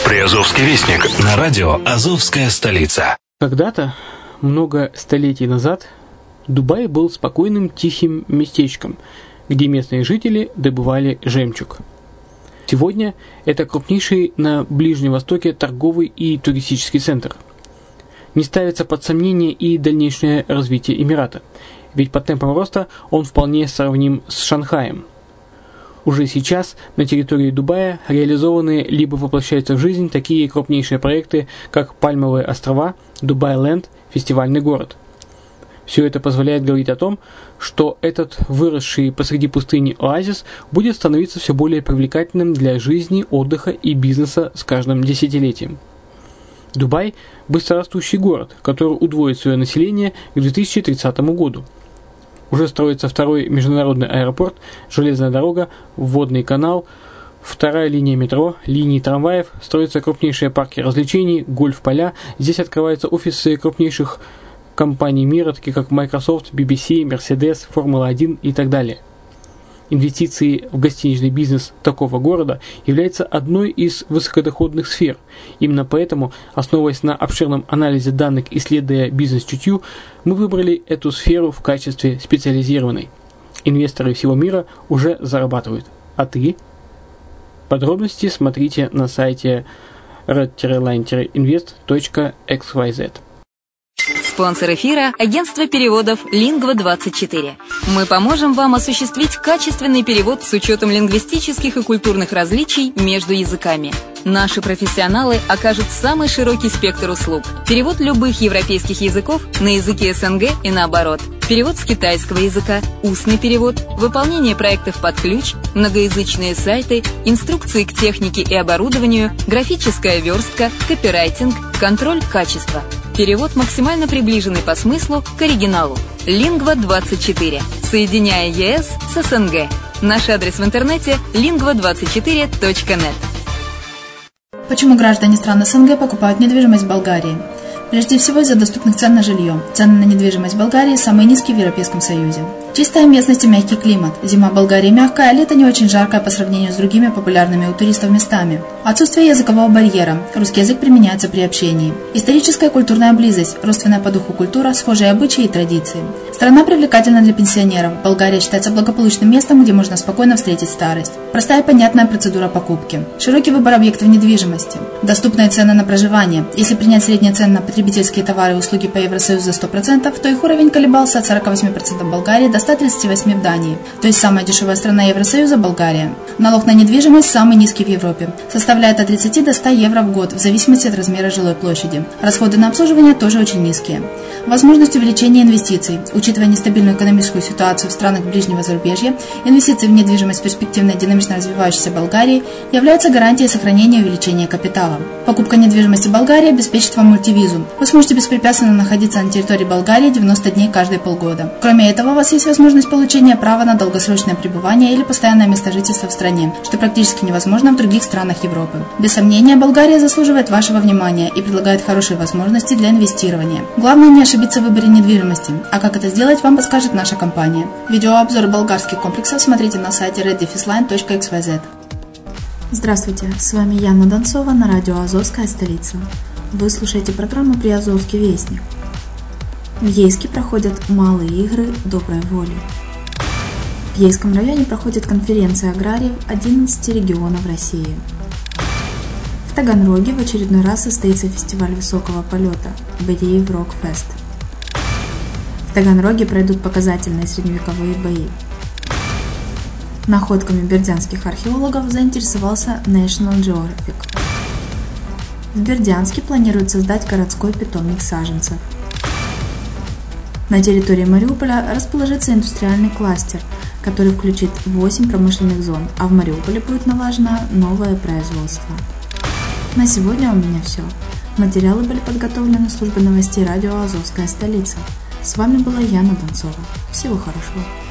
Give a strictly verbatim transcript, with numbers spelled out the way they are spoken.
Приазовский вестник на радио «Азовская столица». Когда-то, много столетий назад, Дубай был спокойным тихим местечком, где местные жители добывали жемчуг. Сегодня это крупнейший на Ближнем Востоке торговый и туристический центр. Не ставится под сомнение и дальнейшее развитие Эмирата, ведь по темпам роста он вполне сравним с Шанхаем. Уже сейчас на территории Дубая реализованы либо воплощаются в жизнь такие крупнейшие проекты, как Пальмовые острова, Дубай-Ленд, фестивальный город. Все это позволяет говорить о том, что этот выросший посреди пустыни оазис будет становиться все более привлекательным для жизни, отдыха и бизнеса с каждым десятилетием. Дубай – быстрорастущий город, который удвоит свое население к две тысячи тридцатому году. Уже строится второй международный аэропорт, железная дорога, водный канал, вторая линия метро, линии трамваев, строятся крупнейшие парки развлечений, гольф-поля. Здесь открываются офисы крупнейших компаний мира, таких как Microsoft, би би си, Mercedes, Формула один и так далее. Инвестиции в гостиничный бизнес такого города являются одной из высокодоходных сфер. Именно поэтому, основываясь на обширном анализе данных, исследуя бизнес-чутью, мы выбрали эту сферу в качестве специализированной. Инвесторы всего мира уже зарабатывают. А ты? Подробности смотрите на сайте red line invest точка экс уай зет. Спонсор эфира – агентство переводов лингва двадцать четыре. Мы поможем вам осуществить качественный перевод с учетом лингвистических и культурных различий между языками. Наши профессионалы окажут самый широкий спектр услуг. Перевод любых европейских языков на языки эс эн гэ и наоборот. Перевод с китайского языка, устный перевод, выполнение проектов под ключ, многоязычные сайты, инструкции к технике и оборудованию, графическая верстка, копирайтинг, контроль качества. Перевод максимально приближенный по смыслу к оригиналу. лингва двадцать четыре. Соединяя е эс с эс эн гэ. Наш адрес в интернете лингва двадцать четыре точка нет. Почему граждане стран эс эн гэ покупают недвижимость в Болгарии? Прежде всего из-за доступных цен на жилье. Цены на недвижимость в Болгарии самые низкие в Европейском Союзе. Чистая местность и мягкий климат. Зима в Болгарии мягкая, а лето не очень жаркое по сравнению с другими популярными у туристов местами. Отсутствие языкового барьера. Русский язык применяется при общении. Историческая и культурная близость. Родственная по духу культура, схожие обычаи и традиции. Страна привлекательна для пенсионеров. Болгария считается благополучным местом, где можно спокойно встретить старость. Простая и понятная процедура покупки. Широкий выбор объектов недвижимости. Доступные цены на проживание. Если принять средние цены на потребительские товары и услуги по Евросоюзу за сто процентов, то их уровень колебался от сорок восемь процентов в Болгарии до ста тридцати восьми процентов в Дании. То есть самая дешевая страна Евросоюза – Болгария. Налог на недвижимость самый низкий в Европе. Составляет от тридцати до ста евро в год, в зависимости от размера жилой площади. Расходы на обслуживание тоже очень низкие. Возможность увеличения инвестиций. Учитывая нестабильную экономическую ситуацию в странах ближнего зарубежья, инвестиции в недвижимость в перспективной динамично развивающейся Болгарии являются гарантией сохранения и увеличения капитала. Покупка недвижимости в Болгарии обеспечит вам мультивизу. Вы сможете беспрепятственно находиться на территории Болгарии девяносто дней каждые полгода. Кроме этого, у вас есть возможность получения права на долгосрочное пребывание или постоянное место жительства в стране, что практически невозможно в других странах Европы. Без сомнения, Болгария заслуживает вашего внимания и предлагает хорошие возможности для инвестирования. Главное не ошибиться в выборе недвижимости, а как это сделать, вам подскажет наша компания. Видеообзор болгарских комплексов смотрите на сайте red line точка экс уай зет. Здравствуйте, с вами Яна Донцова на радио «Азовская столица». Вы слушаете программу «Приазовский вестник». В Ейске проходят малые игры доброй воли. В Ейском районе проходит конференция аграриев одиннадцати регионов России. В Таганроге в очередной раз состоится фестиваль высокого полета Бериев Рок-Фест. В Таганроге пройдут показательные средневековые бои. Находками бердянских археологов заинтересовался National Geographic. В Бердянске планируют создать городской питомник саженцев. На территории Мариуполя расположится индустриальный кластер, который включит восемь промышленных зон, а в Мариуполе будет налажено новое производство. На сегодня у меня все. Материалы были подготовлены службой новостей радио «Азовская столица». С вами была Яна Донцова. Всего хорошего.